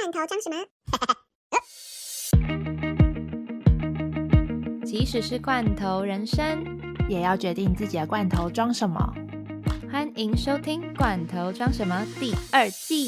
罐头装什么？ 即使是罐头人生， 也要决定自己的罐头装什么。 欢迎收听《罐头装什么》第2季。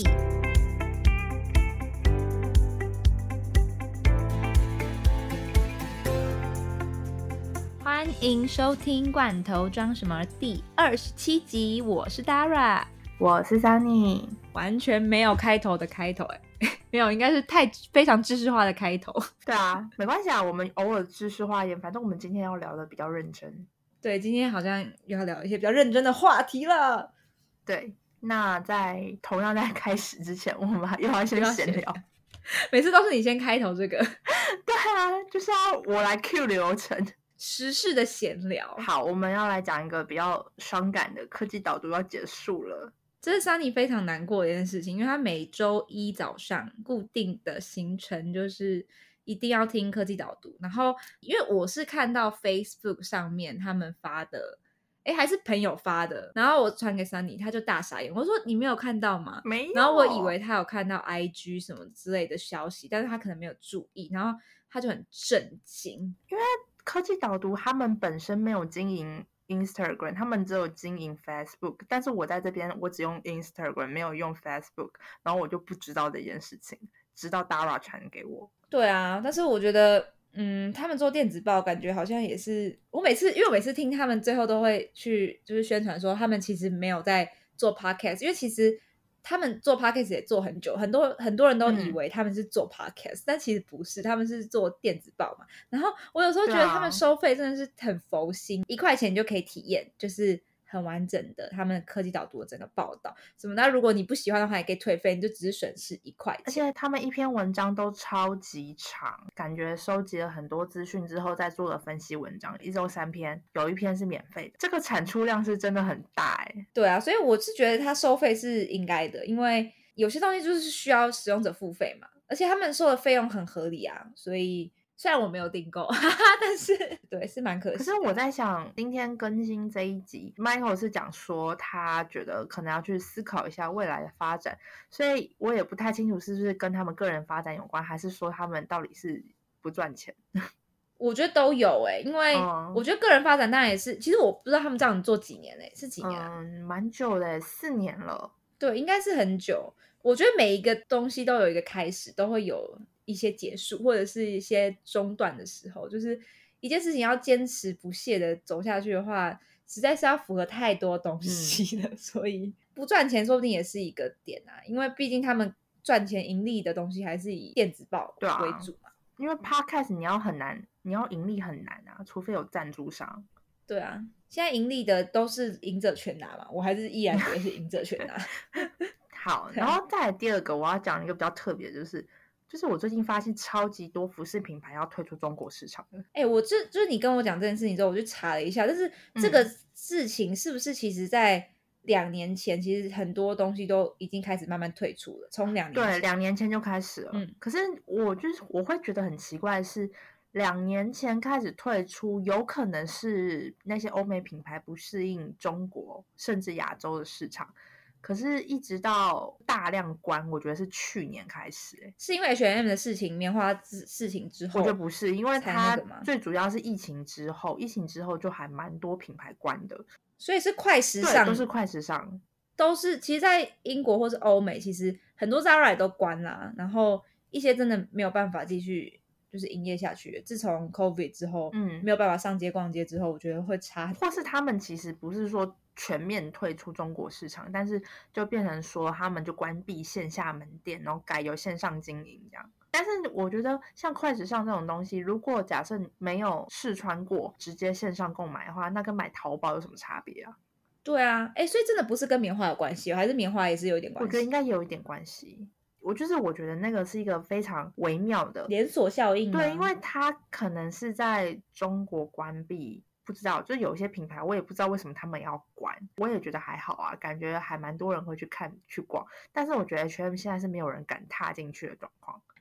欢迎收听《罐头装什么》第27集，我是 Dara， 我是 Sunny。 完全没有开头的开头没有，应该是非常知识化的开头。 对啊，没关系啊，我们偶尔知识化一点，反正我们今天要聊的比较认真。 对，今天好像又要聊一些比较认真的话题了。 对，那同样在开始之前，我们又要先闲聊。 每次都是你先开头这个。 对啊，就是要我来 cue 流程。 时事的闲聊。 好，我们要来讲一个比较伤感的，科技导读要结束了。 这是Sunny非常难过的一件事情，因为他每周一早上固定的行程就是一定要听科技导读，然后因为我是看到 Facebook 上面他们发的，还是朋友发的，然后我传给Sunny，他就大傻眼，我说你没有看到吗？ 没有。 然后我以为他有看到 IG 什么之类的消息，但是他可能没有注意，然后他就很震惊， 因为科技导读他们本身没有经营Instagram， 他们只有经营 Facebook， 但是我在这边我只用 Instagram 没有用 Facebook， 然后我就不知道这件事情，直到 Dara 传给我。 对啊，但是我觉得他们做电子报感觉好像也是，因为我每次听他们最后都会去就是宣传说他们其实没有在做 podcast， 因为其实他们做 podcast 也做很久，很多人都以为他们是做 podcast，但其实不是，他们是做电子报嘛。然后我有时候觉得他们收费真的是很佛心，1块钱就可以体验，就是很完整的他们科技导读的整个报道什么的。如果你不喜欢的话也可以退费，你就只是损失1块钱。 而且他们一篇文章都超级长，感觉收集了很多资讯之后再做了分析文章，一周3篇，有1篇是免费的，这个产出量是真的很大对啊，所以我是觉得他收费是应该的，因为有些东西就是需要使用者付费嘛，而且他们收的费用很合理啊，所以虽然我没有订购但是对是蛮可惜的。 可是我在想今天更新这一集 Michael 是讲说他觉得可能要去思考一下未来的发展，所以我也不太清楚是不是跟他们个人发展有关，还是说他们到底是不赚钱。 我觉得都有因为我觉得个人发展当然也是，其实我不知道他们这样做几年是几年蛮久的4年了。 对，应该是很久。我觉得每一个东西都有一个开始，都会有一些结束，或者是一些中断的时候，就是一件事情要坚持不懈的走下去的话，实在是要符合太多东西了，所以不赚钱说不定也是一个点啊，因为毕竟他们赚钱盈利的东西还是以电子报为主嘛。 因为 Podcast 你要盈利很难啊，除非有赞助商。 对啊，现在盈利的都是赢者全拿嘛，我还是依然觉得是赢者全拿。 好，然后再来第二个我要讲一个比较特别的就是我最近发现超级多服饰品牌要退出中国市场了。 我就是你跟我讲这件事情之后，我就查了一下，但是这个事情是不是其实在2年前，其实很多东西都已经开始慢慢退出了，从2年前。 对，2年前就开始了。可是我会觉得很奇怪的是，2年前开始退出，有可能是那些欧美品牌不适应中国甚至亚洲的市场。可是一直到大量关，我觉得是去年开始是因为 H&M 的事情、棉花事情之后？ 我觉得不是，因为它最主要是疫情之后就还蛮多品牌关的， 所以是快时尚。 对，都是快时尚， 都是其实在英国或是欧美，其实很多 Zara 也都关啦，然后一些真的没有办法继续就是营业下去，自从 COVID 之后没有办法上街逛街之后，我觉得会差很多。 或是他们其实不是说全面退出中国市场，但是就变成说他们就关闭线下门店，然后改由线上经营这样。但是我觉得像快时尚这种东西，如果假设没有试穿过直接线上购买的话，那跟买淘宝有什么差别啊？ 对啊，所以真的不是跟棉花有关系，还是棉花也是有一点关系？ 我觉得应该有一点关系。我觉得那个是一个非常微妙的连锁效应吗？ 对，因为它可能是在中国关闭，不知道，就有一些品牌我也不知道为什么他们要关，我也觉得还好啊，感觉还蛮多人会去看去逛，但是我觉得 H&M 现在是没有人敢踏进去的状况。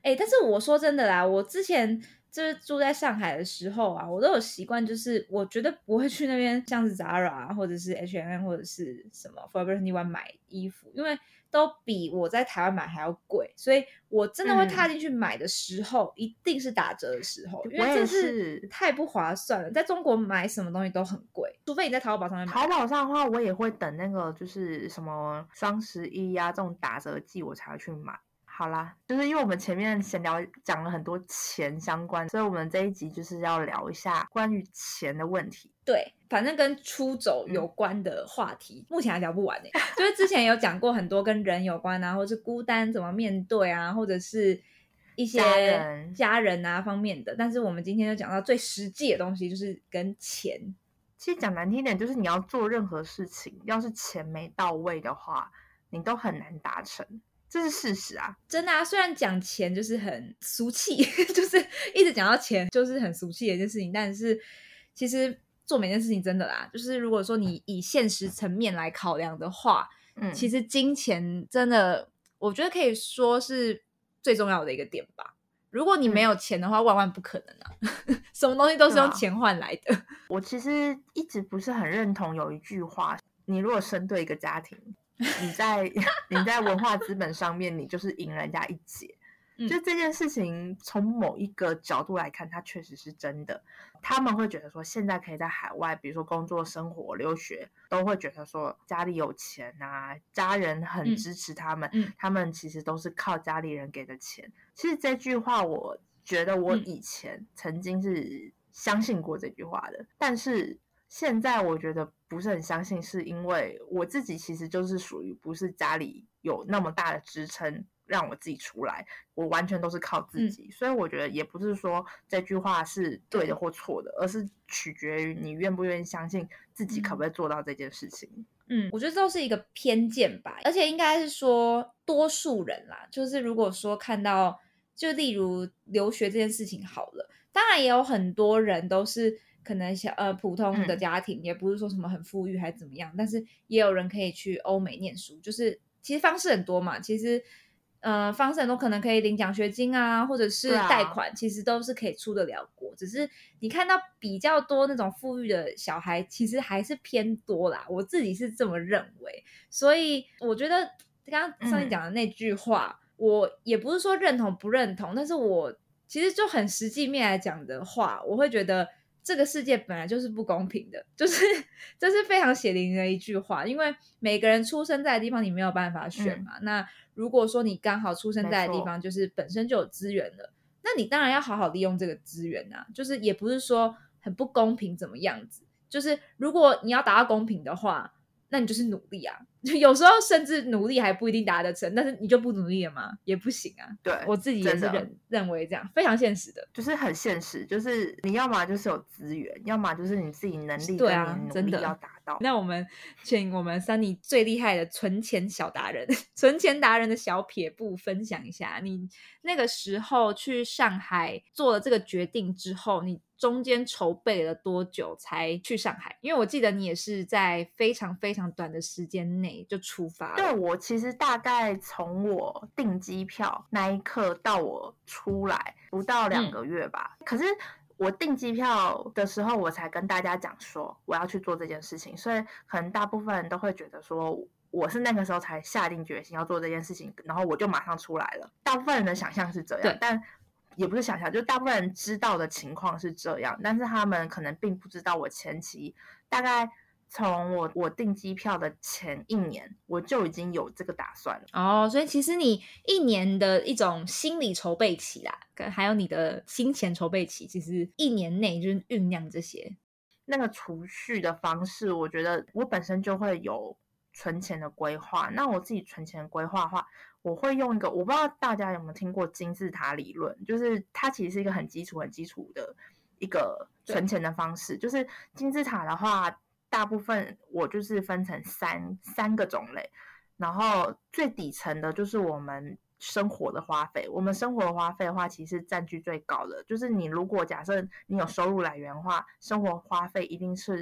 但是我说真的啦，我之前就是住在上海的时候啊，我都有习惯，就是我绝对不会去那边像是 Zara 啊，或者是 H&M 或者是什么 Forever 21买衣服，因为都比我在台湾买还要贵，所以我真的会踏进去买的时候，一定是打折的时候，因为这是太不划算了。在中国买什么东西都很贵，除非你在淘宝上面买。 淘宝上的话，我也会等那个就是什么双11啊这种打折季，我才会去买。好啦，就是因为我们前面闲聊讲了很多钱相关，所以我们这一集就是要聊一下关于钱的问题。 对，反正跟出走有关的话题，目前还聊不完就是之前有讲过很多跟人有关啊，或是孤单怎么面对啊，或者是一些家人啊方面的，但是我们今天就讲到最实际的东西，就是跟钱。 其实讲难听点，就是你要做任何事情，要是钱没到位的话，你都很难达成。这是事实啊， 真的啊！虽然讲钱就是很俗气，就是一直讲到钱就是很俗气的一件事情，但是其实做每件事情真的啦，就是如果说你以现实层面来考量的话，其实金钱真的，我觉得可以说是最重要的一个点吧。如果你没有钱的话，万万不可能啊！什么东西都是用钱换来的。 我其实一直不是很认同有一句话，你如果生对一个家庭，你在文化资本上面，你就是赢人家一截。就这件事情从某一个角度来看，它确实是真的。他们会觉得说，现在可以在海外，比如说工作、生活、留学，都会觉得说家里有钱啊，家人很支持他们，他们其实都是靠家里人给的钱。其实这句话，我觉得我以前曾经是相信过这句话的，但是现在我觉得不是很相信，是因为我自己其实就是属于不是家里有那么大的支撑让我自己出来，我完全都是靠自己，所以我觉得也不是说这句话是对的或错的，而是取决于你愿不愿意相信自己可不可以做到这件事情。 我觉得这都是一个偏见吧，而且应该是说多数人啦，就是如果说看到，就例如留学这件事情好了，当然也有很多人都是可能普通的家庭，也不是说什么很富裕还是怎么样，但是也有人可以去欧美念书，就是其实方式很多嘛，其实方式很多，可能可以领奖学金啊，或者是贷款，其实都是可以出得了国。只是你看到比较多那种富裕的小孩，其实还是偏多啦。我自己是这么认为，所以我觉得刚刚上面讲的那句话，我也不是说认同不认同，但是我其实就很实际面来讲的话，我会觉得这个世界本来就是不公平的，就是这是非常血淋淋的一句话，因为每个人出生在的地方你没有办法选嘛，那如果说你刚好出生在的地方就是本身就有资源了，那你当然要好好利用这个资源啊，就是也不是说很不公平怎么样子，就是如果你要达到公平的话，那你就是努力啊，有时候甚至努力还不一定达得成，但是你就不努力了吗？也不行啊。 对， 我自己也是认为这样非常现实的， 就是很现实，就是你要么就是有资源，要么就是你自己能力跟你努力要达到。 那我们请我们 Sunny 最厉害的存钱小达人存钱达人的小撇步分享一下，你那个时候去上海做了这个决定之后，你中间筹备了多久才去上海？因为我记得你也是在非常非常短的时间内就出发了。 对，我其实大概从我订机票那一刻到我出来不到2个月吧，可是我订机票的时候我才跟大家讲说我要去做这件事情，所以可能大部分人都会觉得说我是那个时候才下定决心要做这件事情，然后我就马上出来了。大部分人的想象是这样，但也不是想象，就大部分人知道的情况是这样，但是他们可能并不知道我前期大概从我订机票的前1年，我就已经有这个打算了。 哦，所以其实你1年的一种心理筹备期啦，还有你的金钱筹备期，其实1年内就是酝酿这些。 那个储蓄的方式，我觉得我本身就会有存钱的规划。那我自己存钱的规划的话，我会用一个，我不知道大家有没有听过金字塔理论，就是它其实是一个很基础的一个存钱的方式。就是金字塔的话，大部分我就是分成三个种类，然后最底层的就是我们生活的花费。我们生活的花费的话，其实占据最高的，就是你如果假设你有收入来源的话，生活花费一定是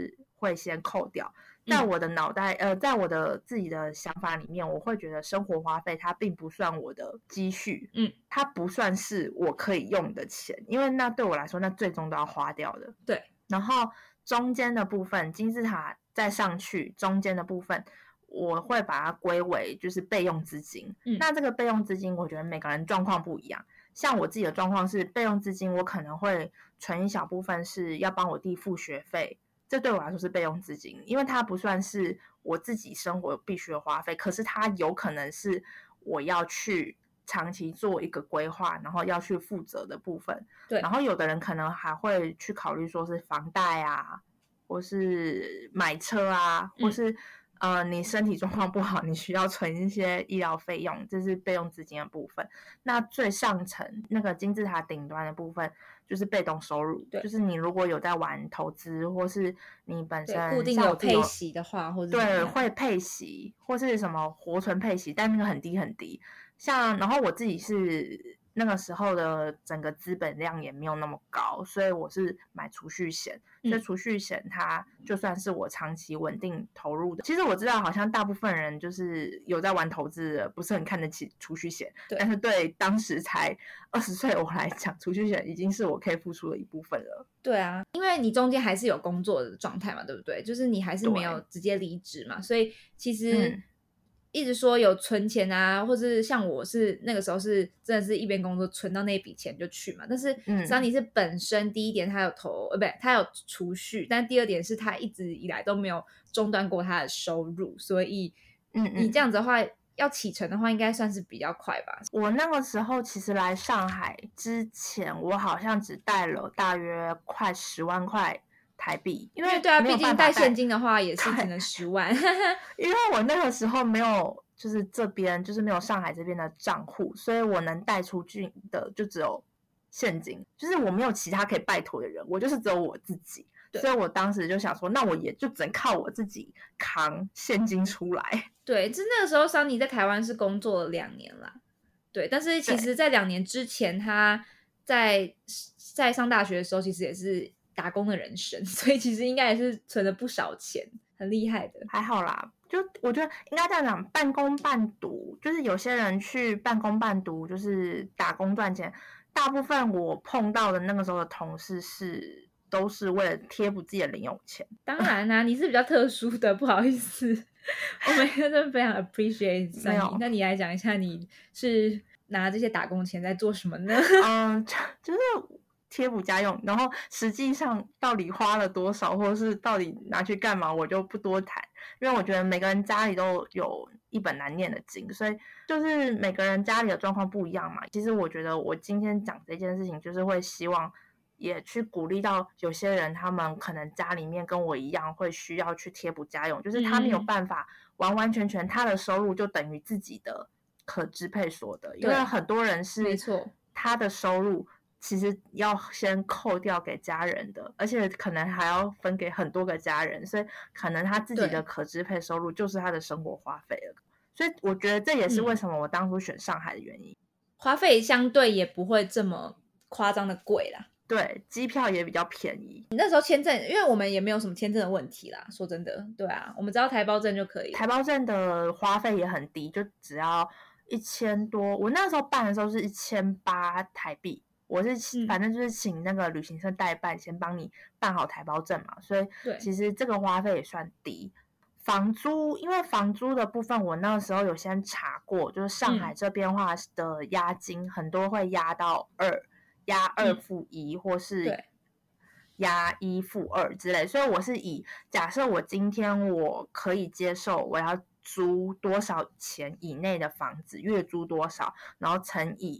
会先扣掉。在我的脑袋在我的自己的想法里面，我会觉得生活花费它并不算我的积蓄，它不算是我可以用的钱，因为那对我来说那最终都要花掉的。 对， 然后中间的部分金字塔再上去，中间的部分我会把它归为就是备用资金。那这个备用资金我觉得每个人状况不一样，像我自己的状况是备用资金我可能会存一小部分是要帮我弟付学费，这对我来说是备用资金，因为它不算是我自己生活必须的花费，可是它有可能是我要去长期做一个规划，然后要去负责的部分。 对， 然后有的人可能还会去考虑说是房贷啊，或是买车啊，或是你身体状况不好，你需要存一些医疗费用，这是备用资金的部分。那最上层那个金字塔顶端的部分就是被动收入，就是你如果有在玩投资，或是你本身固定有配息的话，或者对会配息，或是什么活存配息，但那个很低很低。然后我自己是那个时候的整个资本量也没有那么高，所以我是买储蓄险。所以储蓄险它就算是我长期稳定投入的。其实我知道好像大部分人就是有在玩投资的不是很看得起储蓄险，但是对当时才20岁我来讲，储蓄险已经是我可以付出的一部分了。 对啊，因为你中间还是有工作的状态嘛，对不对？就是你还是没有直接离职嘛，所以其实一直说有存钱啊，或是像我是那个时候是真的是一边工作存到那笔钱就去嘛。但是Sunny是本身第一点他有他有储蓄，但第二点是他一直以来都没有中断过他的收入，所以你这样子的话要启程的话应该算是比较快吧。 我那个时候其实来上海之前我好像只带了大约快10万块台币，因为对啊，毕竟带现金的话也是只能10万因为我那个时候没有就是这边就是没有上海这边的账户，所以我能带出去的就只有现金，就是我没有其他可以拜托的人，我就是只有我自己。所以我当时就想说那我也就只能靠我自己扛现金出来。 对，那个时候Sunny在台湾是工作了2年啦。对，但是其实在2年之前他在上大学的时候其实也是打工的人生，所以其实应该也是存了不少钱，很厉害的。 还好啦，就我觉得应该这样讲，半工半读，就是有些人去半工半读就是打工赚钱，大部分我碰到的那个时候的同事都是为了贴补自己的零用钱。 当然啦，你是比较特殊的，不好意思我们真的非常 appreciate Sunny。那你来讲一下你是拿这些打工钱在做什么呢？ 就是贴补家用，然后实际上到底花了多少，或者是到底拿去干嘛，我就不多谈，因为我觉得每个人家里都有一本难念的经，所以就是每个人家里的状况不一样嘛。其实我觉得我今天讲这件事情，就是会希望也去鼓励到有些人，他们可能家里面跟我一样会需要去贴补家用，就是他没有办法完完全全他的收入就等于自己的可支配所得，因为很多人是没错， 他的收入其实要先扣掉给家人的，而且可能还要分给很多个家人，所以可能他自己的可支配收入就是他的生活花费了。所以我觉得这也是为什么我当初选上海的原因， 花费相对也不会这么夸张的贵啦。 对，机票也比较便宜。 你那时候签证，因为我们也没有什么签证的问题啦，说真的，对啊，我们只要台胞证就可以了。 台胞证的花费也很低，就只要1000多，我那时候办的时候是1800台币。我是反正就是请那个旅行社代办，先帮你办好台胞证嘛，所以其实这个花费也算低。房租，因为房租的部分我那个时候有先查过，就是上海这边话的押金很多会压到押2付1，或是押1付2之类，所以我是假设我今天我可以接受我要租多少钱以内的房子，月租多少，然后乘以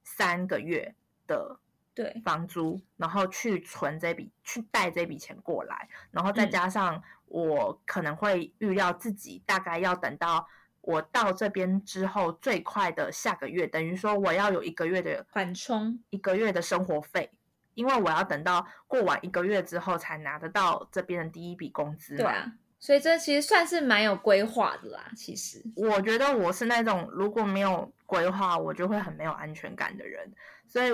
3个月的房租，然后去贷这笔钱过来，然后再加上我可能会预料自己大概要等到我到这边之后最快的下个月，等于说我要有1个月的缓冲 ，1个月的生活费，因为我要等到过完1个月之后才拿得到这边的第一笔工资嘛。 对啊，所以这其实算是蛮有规划的啦。其实我觉得我是那种如果没有规划我就会很没有安全感的人，所以我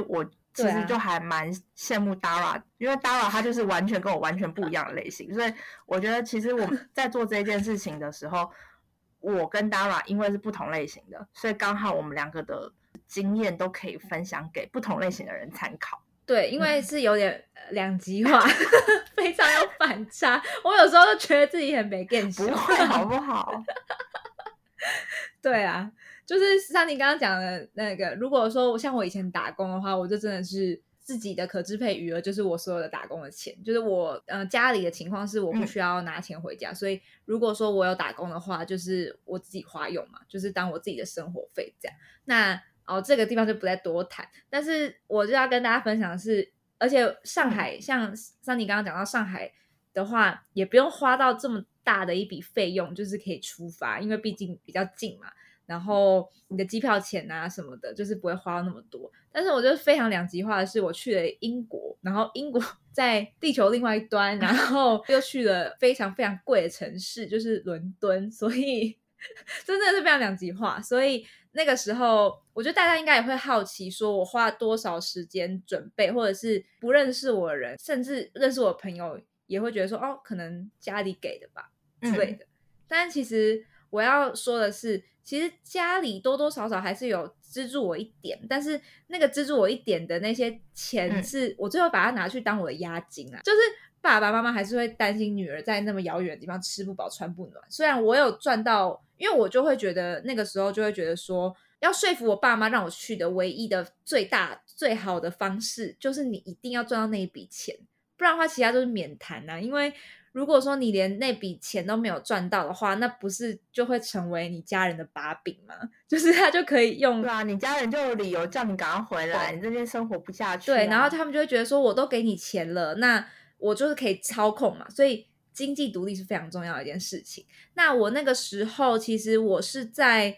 其实就还蛮羡慕 Dara， 因为 Dara 他就是完全跟我完全不一样的类型，所以我觉得其实我们在做这件事情的时候，我跟 Dara 因为是不同类型的，所以刚好我们两个的经验都可以分享给不同类型的人参考。 对，因为是有点两极化，非常有反差。我有时候就觉得自己很没见识， 不会好不好？ 对啊，就是像你刚刚讲的那个，如果说像我以前打工的话，我就真的是自己的可支配余额就是我所有的打工的钱，就是我家里的情况是我不需要拿钱回家，所以如果说我有打工的话，就是我自己花用嘛，就是当我自己的生活费这样。那这个地方就不再多谈，但是我就要跟大家分享的是，而且上海像你刚刚讲到上海的话，也不用花到这么大的一笔费用，就是可以出发，因为毕竟比较近嘛。然后你的机票钱啊什么的，就是不会花到那么多。但是我觉得非常两极化的是，我去了英国，然后英国在地球另外一端，然后又去了非常非常贵的城市，就是伦敦，所以真的是非常两极化。所以那个时候，我觉得大家应该也会好奇，说我花多少时间准备，或者是不认识我的人，甚至认识我的朋友，也会觉得说，可能家里给的吧之类的。但其实我要说的是，其实家里多多少少还是有资助我一点，但是那个资助我一点的那些钱是我最后把它拿去当我的押金啊，就是爸爸妈妈还是会担心女儿在那么遥远的地方吃不饱穿不暖。虽然我有赚到，因为我就会觉得那个时候就会觉得说，要说服我爸妈让我去的唯一的最大最好的方式就是你一定要赚到那一笔钱，不然的话其他都是免谈啊。因为如果说你连那笔钱都没有赚到的话，那不是就会成为你家人的把柄吗？就是他就可以用， 对啊，你家人就有理由叫你赶快回来，你这边生活不下去对，然后他们就会觉得说我都给你钱了，那我就是可以操控嘛，所以经济独立是非常重要的一件事情。那我那个时候其实我是在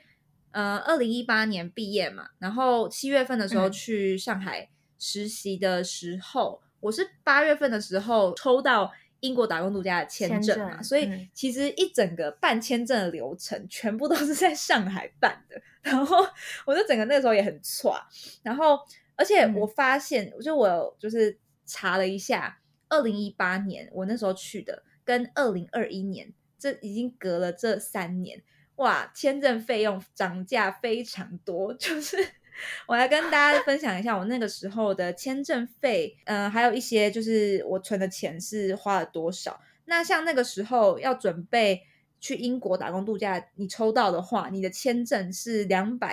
2018年毕业嘛，然后7月份的时候去上海实习的时候，我是8月份的时候抽到英国打工度假的签证嘛，所以其实一整个办签证的流程全部都是在上海办的，然后我就整个那个时候也很挫，然后而且我发现我就是查了一下2018年我那时候去的跟2021年这已经隔了这3年，哇，签证费用涨价非常多，就是我来跟大家分享一下我那个时候的签证费，还有一些就是我存的钱是花了多少。那像那个时候要准备去英国打工度假，你抽到的话，你的签证是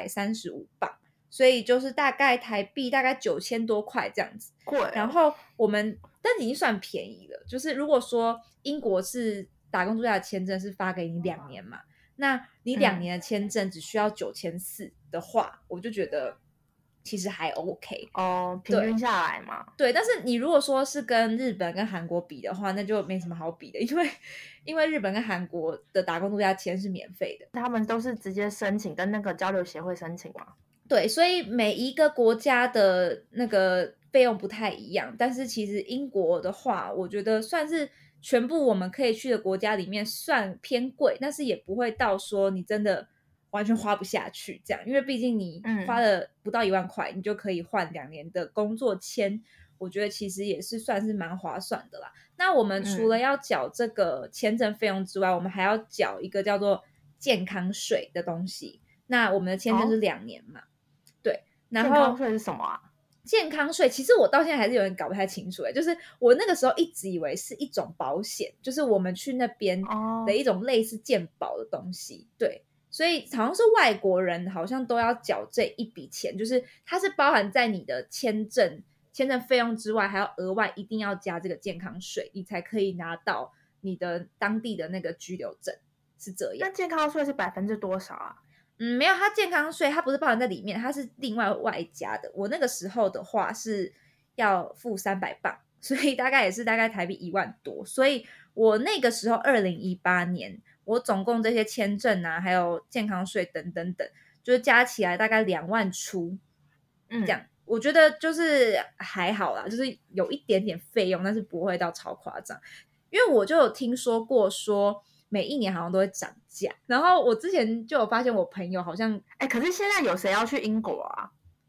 235镑，所以就是大概台币大概9000多块这样子。 贵哦。 然后但已经算便宜了，就是如果说英国是打工度假的签证是发给你2年嘛，那你2年的签证只需要9400的话，我就觉得其实还 OK 哦，平均下来嘛。 对，但是你如果说是跟日本跟韩国比的话，那就没什么好比的，因为日本跟韩国的打工度假签是免费的， 他们都是直接申请跟那个交流协会申请嘛。 对，所以每一个国家的那个费用不太一样，但是其实英国的话，我觉得算是全部我们可以去的国家里面算偏贵，但是也不会到说你真的完全花不下去这样，因为毕竟你花了不到1万块，你就可以换2年的工作签，我觉得其实也是算是蛮划算的啦。那我们除了要缴这个签证费用之外，我们还要缴一个叫做健康税的东西。那我们的签证是2年嘛，对。然后健康税是什么啊？ 健康税其实我到现在还是有点搞不太清楚，就是我那个时候一直以为是一种保险，就是我们去那边的一种类似健保的东西，对，所以好像是外国人好像都要缴这一笔钱，就是它是包含在你的签证费用之外，还要额外一定要加这个健康税，你才可以拿到你的当地的那个居留证，是这样。 那健康税是多少啊？ 没有，它健康税它不是包含在里面，它是另外加的。我那个时候的话是要付300镑，所以大概台币1万多。所以我那个时候2018年，我总共这些签证啊，还有健康税等等等，就是加起来大概2万出，这样。我觉得就是还好啦，就是有一点点费用，但是不会到超夸张。因为我就有听说过说，每一年好像都会涨价，然后我之前就有发现我朋友好像， 可是现在有谁要去英国啊？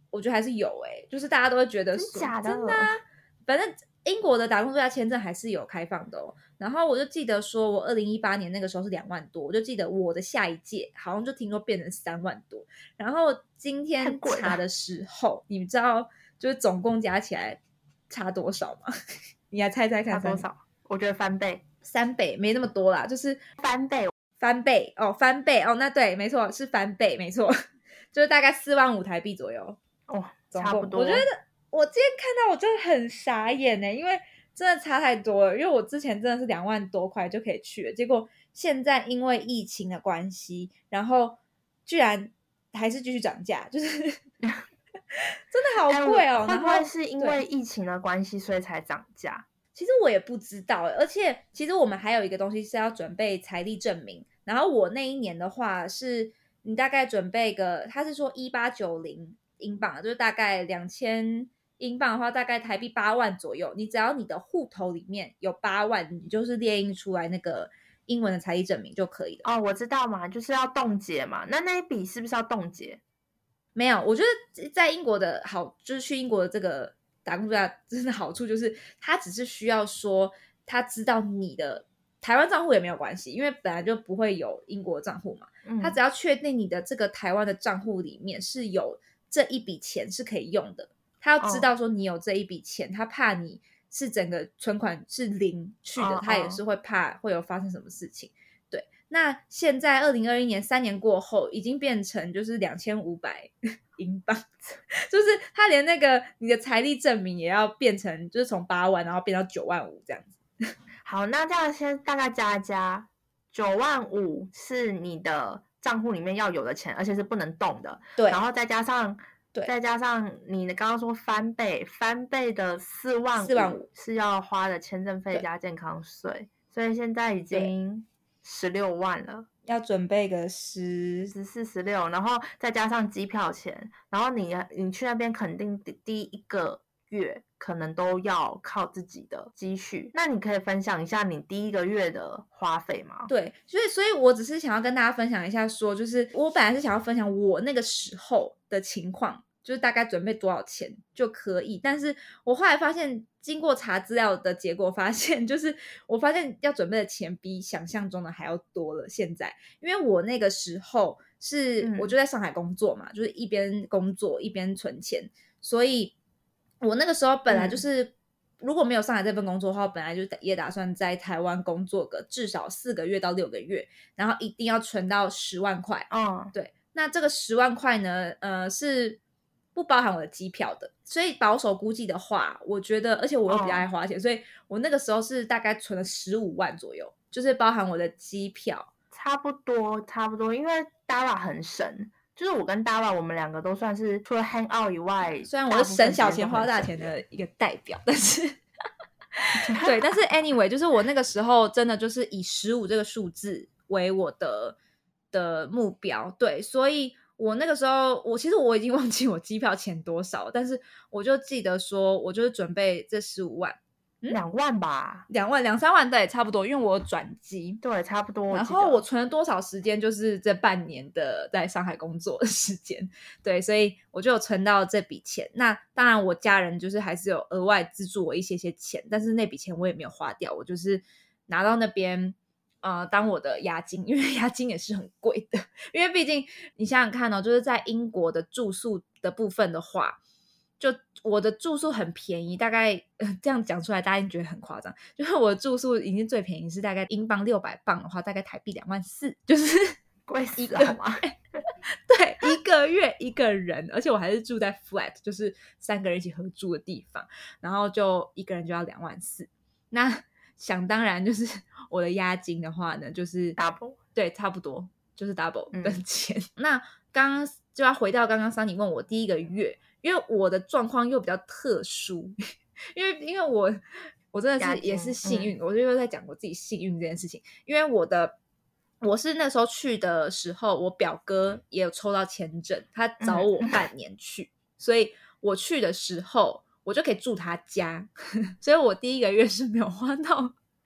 我觉得还是有就是大家都会觉得说真假的？ 真的啊，反正英国的打工度假签证还是有开放的然后我就记得说我2018年那个时候是2万多，我就记得我的下一届好像就听说变成3万多，然后今天查的时候你们知道就是总共加起来差多少吗？你来猜猜看。 差多少？我觉得翻倍。 3倍没那么多啦，就是翻倍那对，没错，是翻倍，没错，就是大概4万5台币左右。 差不多。 我觉得我今天看到我真的很傻眼因为真的差太多了，因为我之前真的是2万多块就可以去了，结果现在因为疫情的关系，然后居然还是继续涨价，就是真的好贵会不会是因为疫情的关系所以才涨价？ 其实我也不知道而且其实我们还有一个东西是要准备财力证明，然后我那一年的话是你大概准备个，他是说1890英镑，就是大概2000英镑的话大概台币8万左右，你只要你的户头里面有8万，你就是列印出来那个英文的财力证明就可以了。 我知道嘛，就是要冻结嘛，那一笔是不是要冻结？ 没有，我觉得在英国的好，就是去英国的这个打工度假真的好处就是他只是需要说他知道你的台湾账户也没有关系，因为本来就不会有英国账户嘛，他只要确定你的这个台湾的账户里面是有这一笔钱是可以用的，他要知道说你有这一笔钱，他怕你是整个存款是零去的，他也是会怕会有发生什么事情。对，那现在2021年3年过后已经变成就是2500英镑，就是他连那个你的财力证明也要变成就是从8万然后变到9万5这样子。 好，那这样先大概加一加，9万5是你的账户里面要有的钱，而且是不能动的。 对， 然后再加上你刚刚说翻倍的4万5是要花的签证费加健康税，所以现在已经16万了， 要准备个14、 16，然后再加上机票钱，然后你去那边肯定第一个月可能都要靠自己的积蓄。那你可以分享一下你第一个月的花费吗？ 对，所以我只是想要跟大家分享一下说，就是我本来是想要分享我那个时候的情况，就是大概准备多少钱就可以，但是我后来发现经过查资料的结果发现，就是我发现要准备的钱比想象中的还要多了。现在因为我那个时候是我就在上海工作嘛，就是一边工作一边存钱，所以我那个时候本来就是如果没有上海这份工作的话，本来就也打算在台湾工作个至少4个月到6个月，然后一定要存到10万块。对，那这个10万块呢是不包含我的机票的，所以保守估计的话，我觉得而且我又比较爱花钱，所以我那个时候是大概存了15万左右，就是包含我的机票。 差不多，因为 Dara 很省，就是我跟 Dara 我们两个都算是除了 hang out 以外， 虽然我是省小钱花大钱的一个代表，但是对，但是 anyway 就是我那个时候真的就是以15这个数字为我的目标。对，所以我那个时候其实我已经忘记我机票钱多少，但是我就记得说我就是准备这15万 ，2万吧 ，2万2、3万对，差不多，因为我有转机， 对，差不多。 然后我存了多少时间，就是这半年的在上海工作的时间，对，所以我就有存到这笔钱。那当然，我家人就是还是有额外资助我一些钱，但是那笔钱我也没有花掉，我就是拿到那边当我的押金，因为押金也是很贵的，因为毕竟你想想看就是在英国的住宿的部分的话。就我的住宿很便宜，大概这样讲出来大家一定觉得很夸张，就是我的住宿已经最便宜是大概英镑600镑的话，大概台币2万4，就是贵死了吗？ 对，一个月一个人，而且我还是住在 flat， 就是3个人一起合住的地方，然后就一个人就要2万4。那想当然就是我的押金的话呢，就是 double， 对，差不多就是 double 的钱。那刚刚就要回到刚刚Sunny问我第一个月。因为我的状况又比较特殊，因为我真的是也是幸运，我就又在讲我自己幸运这件事情。因为我是那时候去的时候，我表哥也有抽到签证，他找我半年去，所以我去的时候我就可以住他家，所以我第一个月是没有花到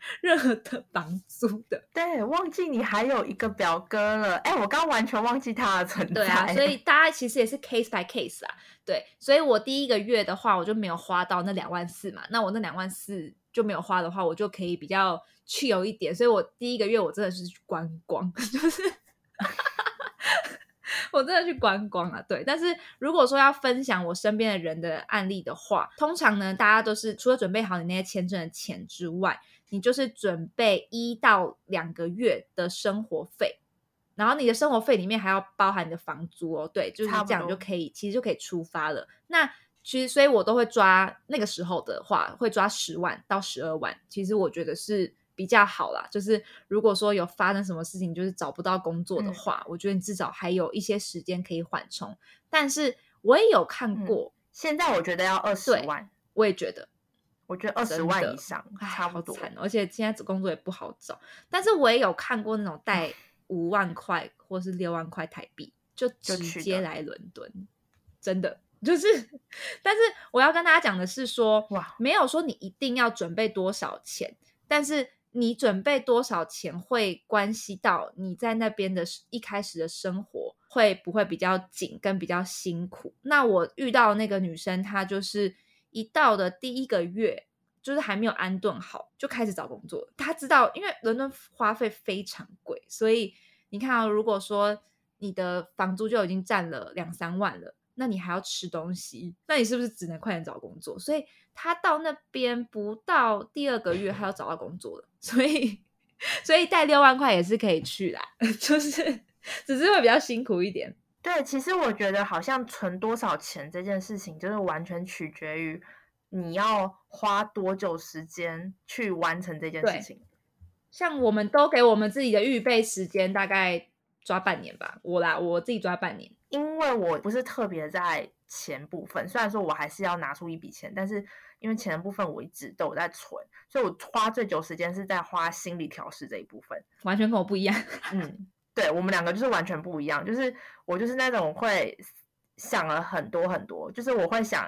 任何的房租的。 对，忘记你还有一个表哥了，我刚完全忘记他的存在。 对啊，所以大家其实也是 case by case 啊。对，所以我第一个月的话，我就没有花到那24000嘛，那我那24000就没有花的话，我就可以比较chill一点。所以我第一个月我真的是去观光，就是我真的去观光啊。对，但是如果说要分享我身边的人的案例的话，通常呢，大家都是除了准备好你那些签证的钱之外，你就是准备1到2个月的生活费，然后你的生活费里面还要包含你的房租哦。对，就是这样就可以，其实就可以出发了。那其实所以我都会抓，那个时候的话会抓10万到12万，其实我觉得是比较好啦。就是如果说有发生什么事情，就是找不到工作的话，我觉得你至少还有一些时间可以缓冲。但是我也有看过， 现在我觉得要20万， 我也觉得。 我觉得20万以上差不多， 好惨，而且现在工作也不好找。但是我也有看过那种带5万块或是6万块台币就直接来伦敦，真的就是。但是我要跟大家讲的是说，没有说你一定要准备多少钱，但是你准备多少钱会关系到你在那边的一开始的生活会不会比较紧跟比较辛苦。那我遇到那个女生，她就是一到的第1个月就是还没有安顿好就开始找工作。她知道因为伦敦花费非常贵，所以你看啊，如果说你的房租就已经占了2-3万了，那你还要吃东西，那你是不是只能快点找工作？所以她到那边不到第2个月还要找到工作了，所以带6万块也是可以去啦，就是只是会比较辛苦一点。 对，其实我觉得好像存多少钱这件事情就是完全取决于你要花多久时间去完成这件事情。 像我们都给我们自己的预备时间大概抓半年吧，我自己抓半年。 因为我不是特别在钱部分，虽然说我还是要拿出一笔钱，但是因为钱的部分我一直都有在存，所以我花最久时间是在花心理调试这一部分。 完全跟我不一样。 对，我们两个就是完全不一样，就是我就是那种会想了很多很多，就是我会想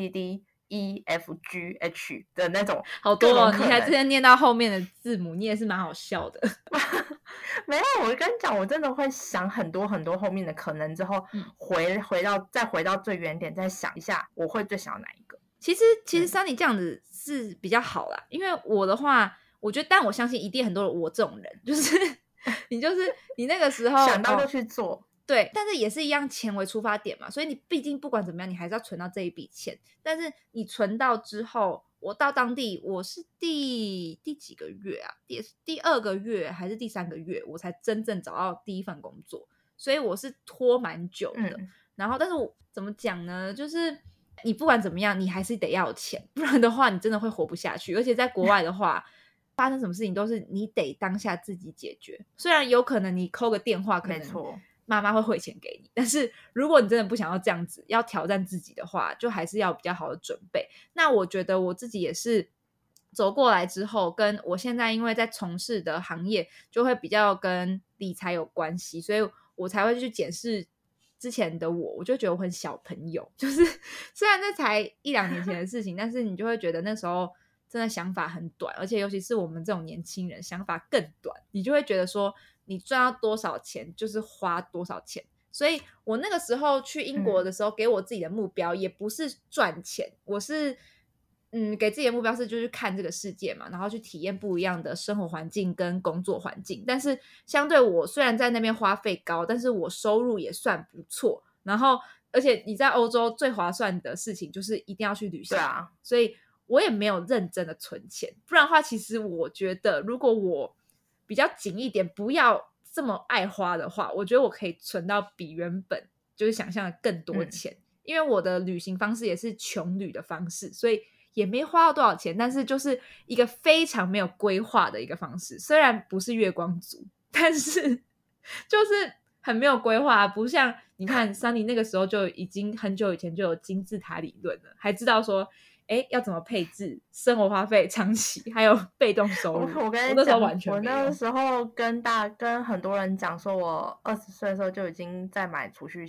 ABCDEFGH 的那种， 好多哦！你还之前念到后面的字母，你也是蛮好笑的。 没有，我跟你讲，我真的会想很多很多后面的可能之后，再回到最原点，再想一下我会最想要哪一个。 其实 Sunny 这样子是比较好啦，因为我的话，我觉得，但我相信一定很多我这种人，就是你那个时候想到就去做。 对，但是也是一样，钱为出发点嘛，所以你毕竟不管怎么样，你还是要存到这一笔钱。但是你存到之后，我到当地，我是第几个月啊？第2个月还是第3个月，我才真正找到第一份工作，所以我是拖蛮久的。然后，但是我怎么讲呢？就是你不管怎么样，你还是得要钱，不然的话，你真的会活不下去。而且在国外的话，发生什么事情都是你得当下自己解决。虽然有可能你扣个电话，可能妈妈会汇钱给你，但是如果你真的不想要这样子，要挑战自己的话，就还是要比较好的准备。那我觉得我自己也是走过来之后，跟我现在因为在从事的行业就会比较跟理财有关系，所以我才会去检视之前的我就觉得我很小朋友，就是虽然那才1-2年前的事情，但是你就会觉得那时候真的想法很短，而且尤其是我们这种年轻人想法更短，你就会觉得说你赚到多少钱就是花多少钱。所以我那个时候去英国的时候，给我自己的目标也不是赚钱，我是给自己的目标是就是看这个世界嘛，然后去体验不一样的生活环境跟工作环境。但是相对我虽然在那边花费高，但是我收入也算不错。然后而且你在欧洲最划算的事情就是一定要去旅行， 对啊， 所以我也没有认真的存钱。不然的话，其实我觉得如果我比较紧一点，不要这么爱花的话，我觉得我可以存到比原本就是想象的更多钱。因为我的旅行方式也是穷旅的方式，所以也没花到多少钱，但是就是一个非常没有规划的一个方式。虽然不是月光族，但是就是很没有规划，不像你看Sunny那个时候就已经很久以前就有金字塔理论了，还知道说要怎么配置生活花费长期还有被动收入。 我跟你讲，我那个时候跟很多人讲说我20岁的时候就已经在买储蓄险，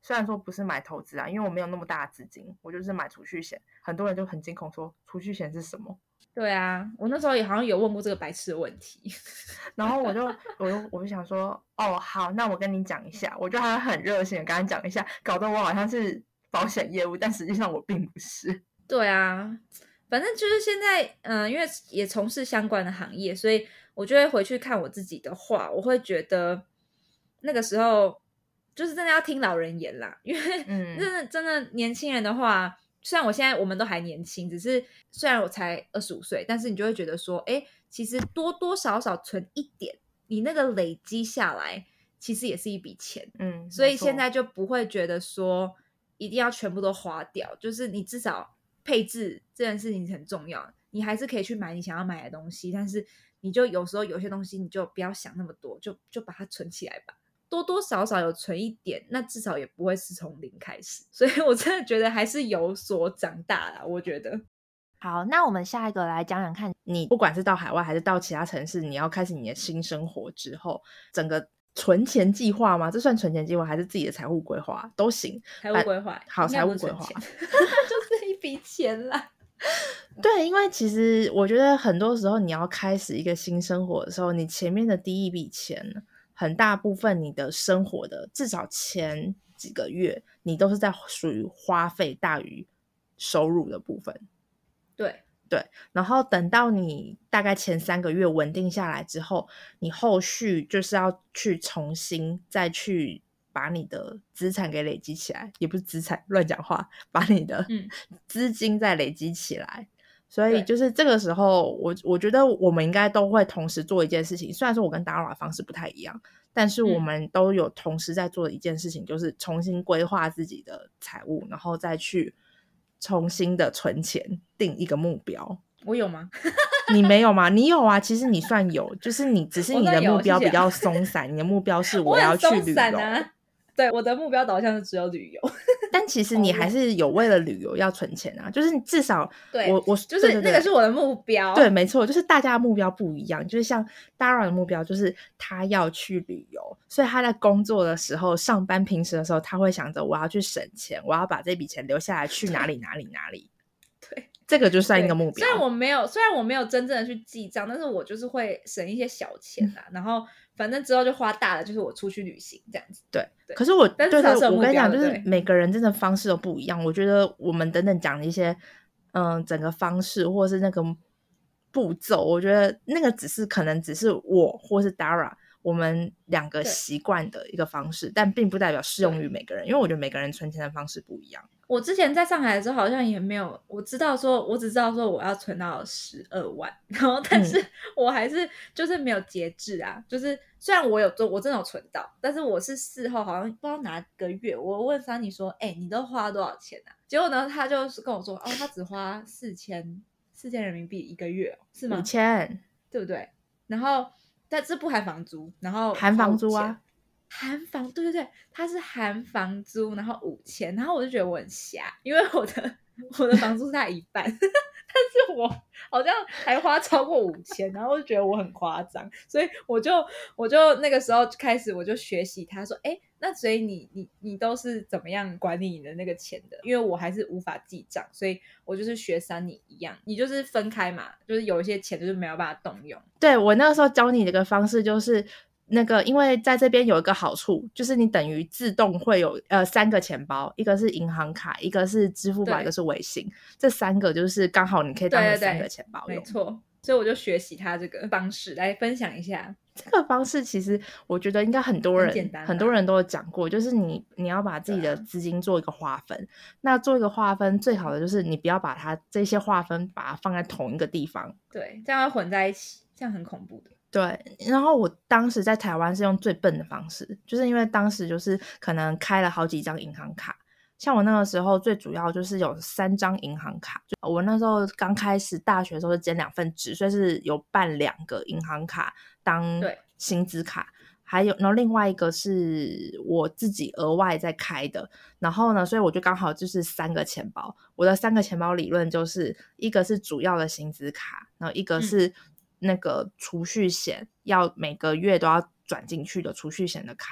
虽然说不是买投资啊，因为我没有那么大的资金，我就是买储蓄险。很多人就很惊恐说储蓄险是什么？ 对啊，我那时候也好像有问过这个白痴的问题。 然后我就想说，哦，好，那我跟你讲一下，我就还很热心的跟他讲一下，搞得我好像是保险业务，但实际上我并不是。 对啊，反正就是现在，因为也从事相关的行业，所以我就会回去看我自己的话，我会觉得那个时候就是真的要听老人言啦，因为真的年轻人的话，虽然我们都还年轻，只是虽然我才25岁，但是你就会觉得说，哎，其实多多少少存一点，你那个累积下来，其实也是一笔钱。所以现在就不会觉得说一定要全部都花掉，就是你至少配置这件事情很重要，你还是可以去买你想要买的东西，但是你就有时候有些东西你就不要想那么多，就把它存起来吧。多多少少有存一点，那至少也不会是从零开始，所以我真的觉得还是有所长大啦，我觉得。 好，那我们下一个来讲讲看，你不管是到海外还是到其他城市，你要开始你的新生活之后，整个存钱计划吗？这算存钱计划还是自己的财务规划都行？ 财务规划， 好，财务规划就是一笔钱啦。 对，因为其实我觉得很多时候你要开始一个新生活的时候，你前面的第一笔钱，很大部分你的生活的至少前几个月，你都是在属于花费大于收入的部分。对，然后等到你大概前3个月稳定下来之后，你后续就是要去重新再去把你的资产给累积起来，也不是资产，乱讲话，把你的资金再累积起来。所以就是这个时候我觉得我们应该都会同时做一件事情，虽然说我跟 Dara 的方式不太一样，但是我们都有同时在做的一件事情，就是重新规划自己的财务，然后再去重新的存钱，定一个目标。 我有吗？ 你没有吗？你有啊，其实你算有，就是你只是你的目标比较松散，你的目标是我要去旅游啊。对，我的目标导向是只有旅游， 但其实你还是有为了旅游要存钱啊，就是至少我就是那个是我的目标。 对，没错，就是大家的目标不一样，就是像 Dara 的目标就是他要去旅游，所以他在工作的时候上班平时的时候他会想着我要去省钱，我要把这笔钱留下来去哪里哪里哪里。 对， 这个就算一个目标。 虽然我没有真正的去记账，但是我就是会省一些小钱啦，然后反正之后就花大了，就是我出去旅行这样子。 对，可是我但是我跟你讲，就是每个人真的方式都不一样。我觉得我们等等讲的一些整个方式或是那个步骤，我觉得那个可能只是我或是 Dara 我们2个习惯的一个方式，但并不代表适用于每个人，因为我觉得每个人存钱的方式不一样。 我之前在上海的时候好像也没有，我只知道说我要存到12万，然后但是我还是就是没有节制啊，就是虽然我真的有存到，但是我是事后好像不知道哪个月，我问Sunny说，你都花了多少钱啊？结果呢，他就是跟我说，他只花4000人民币一个月，是吗 ？5000， 对不对？然后但这不含房租，然后含房租啊。 含房，对对对，它是含房租，然后5000，然后我就觉得我很瞎，因为我的房租是它一半，但是我好像还花超过5000，然后我就觉得我很夸张，所以我就那个时候开始我就学习他说，那所以你都是怎么样管理你的那个钱的？因为我还是无法记账，所以我就是学Sunny一样，你就是分开嘛，就是有一些钱就是没有办法动用。 对，我那个时候教你的一个方式就是那个，因为在这边有一个好处，就是你等于自动会有3个钱包，一个是银行卡，一个是支付宝，一个是微信，这3个就是刚好你可以当成3个钱包用。 没错，所以我就学习他这个方式来分享一下。 这个方式其实我觉得应该很多人都有讲过，就是你要把自己的资金做一个划分，那做一个划分最好的就是你不要把它这些划分把它放在同一个地方， 对，这样会混在一起，这样很恐怖的。 对，然后我当时在台湾是用最笨的方式，就是因为当时就是可能开了好几张银行卡，像我那个时候最主要就是有3张银行卡，就我那时候刚开始大学的时候是兼2份职，所以是有办2个银行卡当薪资卡，然后另外一个是我自己额外在开的，然后呢，所以我就刚好就是3个钱包，我的3个钱包理论就是一个是主要的薪资卡，然后一个是那个储蓄险，要每个月都要转进去的储蓄险的卡，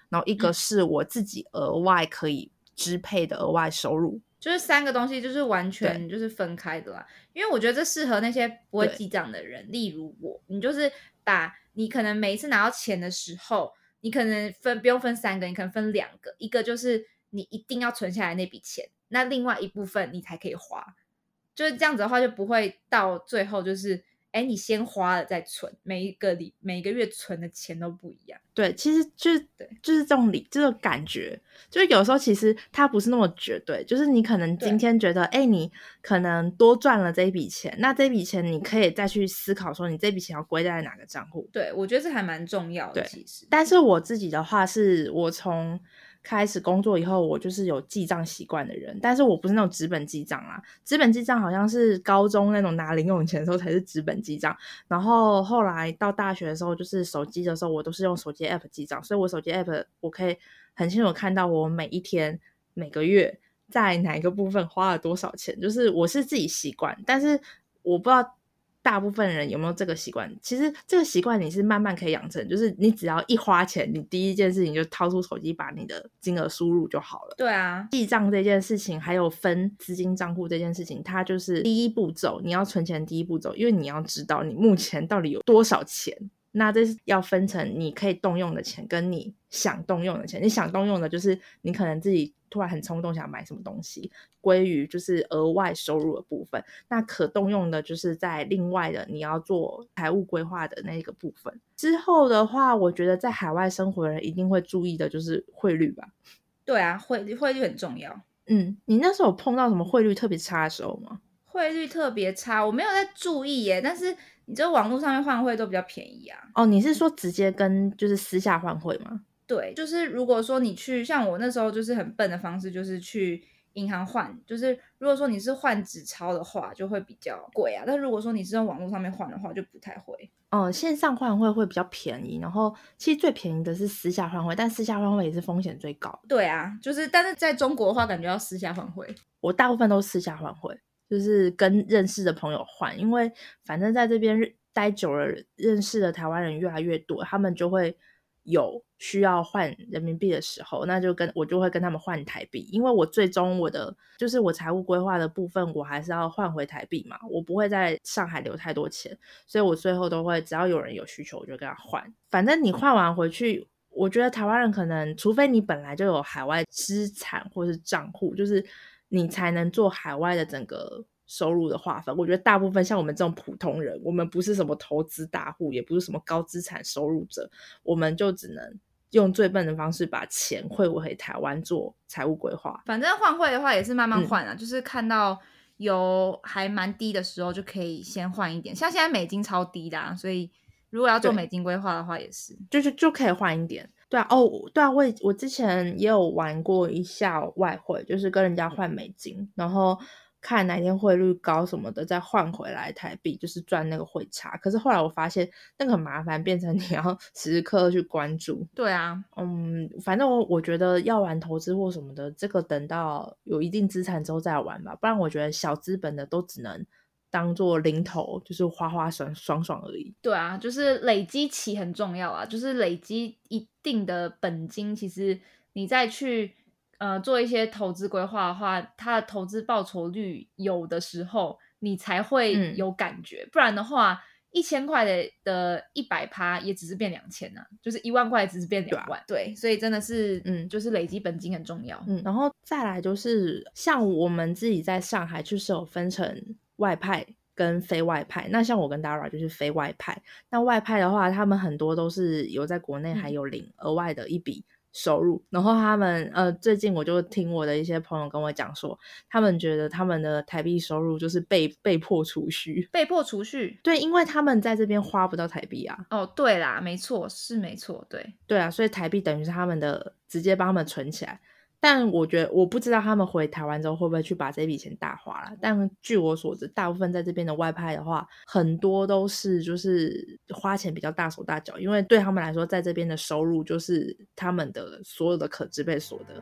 然后一个是我自己额外可以支配的额外收入。 就是3个东西就是完全就是分开的啦，因为我觉得这适合那些不会记账的人，例如我，你就是把你可能每一次拿到钱的时候，你可能不用分3个，你可能分2个，一个就是你一定要存下来那笔钱，那另外一部分你才可以花，就是这样子的话就不会到最后就是你先花了再存，每一个月存的钱都不一样。 对，其实就是这种感觉，就是有时候其实它不是那么绝对，就是你可能今天觉得你可能多赚了这一笔钱，那这笔钱你可以再去思考说你这笔钱要归在哪个账户。 对，我觉得这还蛮重要的。其实但是我自己的话是我从开始工作以后，我就是有记账习惯的人，但是我不是那种纸本记账啦，纸本记账好像是高中那种拿零用钱的时候才是纸本记账，然后后来到大学的时候，就是手机的时候我都是用手机 app 记账，所以我手机 app 我可以很清楚看到我每一天每个月在哪一个部分花了多少钱，就是我是自己习惯，但是我不知道大部分人有没有这个习惯。其实这个习惯你是慢慢可以养成，就是你只要一花钱，你第一件事情就掏出手机把你的金额输入就好了。 对啊， 记账这件事情还有分资金账户这件事情，它就是第一步骤，你要存钱第一步骤，因为你要知道你目前到底有多少钱，那这是要分成你可以动用的钱跟你想动用的钱。你想动用的就是你可能自己突然很冲动想买什么东西，归于就是额外收入的部分，那可动用的就是在另外的你要做财务规划的那个部分。之后的话我觉得在海外生活的人一定会注意的就是汇率吧。 对啊，汇率很重要。 你那时候有碰到什么汇率特别差的时候吗？ 汇率特别差我没有在注意耶，但是你这网络上面换汇都比较便宜啊。 哦，你是说直接跟就是私下换汇吗？ 对，就是如果说你去像我那时候就是很笨的方式，就是去银行换，就是如果说你是换纸钞的话就会比较贵啊，但如果说你是用网络上面换的话就不太会。 线上换汇会比较便宜，然后其实最便宜的是私下换汇，但私下换汇也是风险最高的。 对啊，就是但是在中国的话感觉要私下换汇。 我大部分都是私下换汇，就是跟认识的朋友换，因为反正在这边待久了，认识的台湾人越来越多，他们就会有需要换人民币的时候，那我就会跟他们换台币，因为我最终就是我财务规划的部分我还是要换回台币嘛，我不会在上海留太多钱，所以我最后都会只要有人有需求我就跟他换。反正你换完回去，我觉得台湾人可能除非你本来就有海外资产或是账户，就是你才能做海外的整个收入的划分。我觉得大部分像我们这种普通人，我们不是什么投资大户，也不是什么高资产收入者，我们就只能用最笨的方式把钱汇回台湾做财务规划。 反正换汇的话也是慢慢换啊，就是看到有还蛮低的时候就可以先换一点，像现在美金超低的啊，所以如果要做美金规划的话也是就可以换一点。对啊，对啊，我之前也有玩过一下外汇，就是跟人家换美金，然后看哪天汇率高什么的再换回来台币，就是赚那个汇差。可是后来我发现那个很麻烦，变成你要时时刻刻去关注。 对啊， 反正我觉得要玩投资或什么的，这个等到有一定资产之后再玩吧，不然我觉得小资本的都只能当做零头，就是花花爽爽而已。 对啊，就是累积期很重要啊，就是累积一定的本金，其实你再去做一些投资规划的话，它的投资报酬率有的时候你才会有感觉，不然的话1000块的100%也只是变2000啊，就是1万块只是变2万。对，所以真的是就是累积本金很重要。 然后再来就是像我们自己在上海就是有分成外派跟非外派，那像我跟 Dara 就是非外派。那外派的话他们很多都是有在国内还有领额外的一笔收入，然后他们最近我就听我的一些朋友跟我讲说，他们觉得他们的台币收入就是被迫储蓄。 被迫储蓄？ 对，因为他们在这边花不到台币啊。 哦，对啦，没错，是没错。对啊，所以台币等于是他们的直接帮他们存起来，但我不知道他们回台湾之后会不会去把这笔钱大花了。但据我所知，大部分在这边的外派的话，很多都是就是花钱比较大手大脚，因为对他们来说在这边的收入就是他们的所有的可支配所得。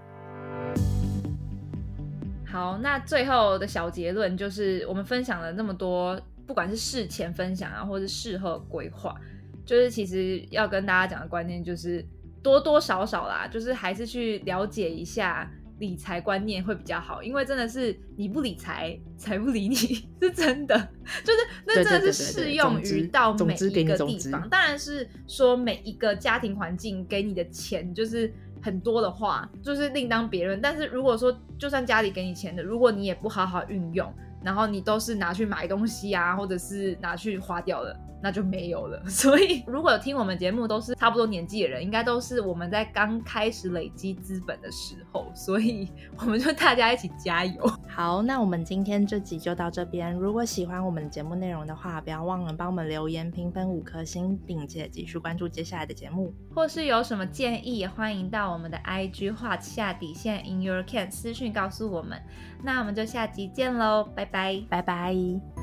好，那最后的小结论就是我们分享了那么多，不管是事前分享啊或是事后规划，就是其实要跟大家讲的观念就是多多少少啦，就是还是去了解一下理财观念会比较好，因为真的是你不理财，财不理你，是真的，就是那真的是适用于到每一个地方。当然是说每一个家庭环境给你的钱就是很多的话，就是另当别论。但是如果说就算家里给你钱的，如果你也不好好运用，然后你都是拿去买东西啊，或者是拿去花掉了，那就没有了。所以如果有听我们节目都是差不多年纪的人，应该都是我们在刚开始累积资本的时候，所以我们就大家一起加油。 好，那我们今天这集就到这边。如果喜欢我们的节目内容的话，不要忘了帮我们留言评分5颗星，并且继续关注接下来的节目。 或是有什么建议，也欢迎到我们的 IG 画下底线 in your can 私讯告诉我们。那我们就下集见咯，拜拜， 拜拜。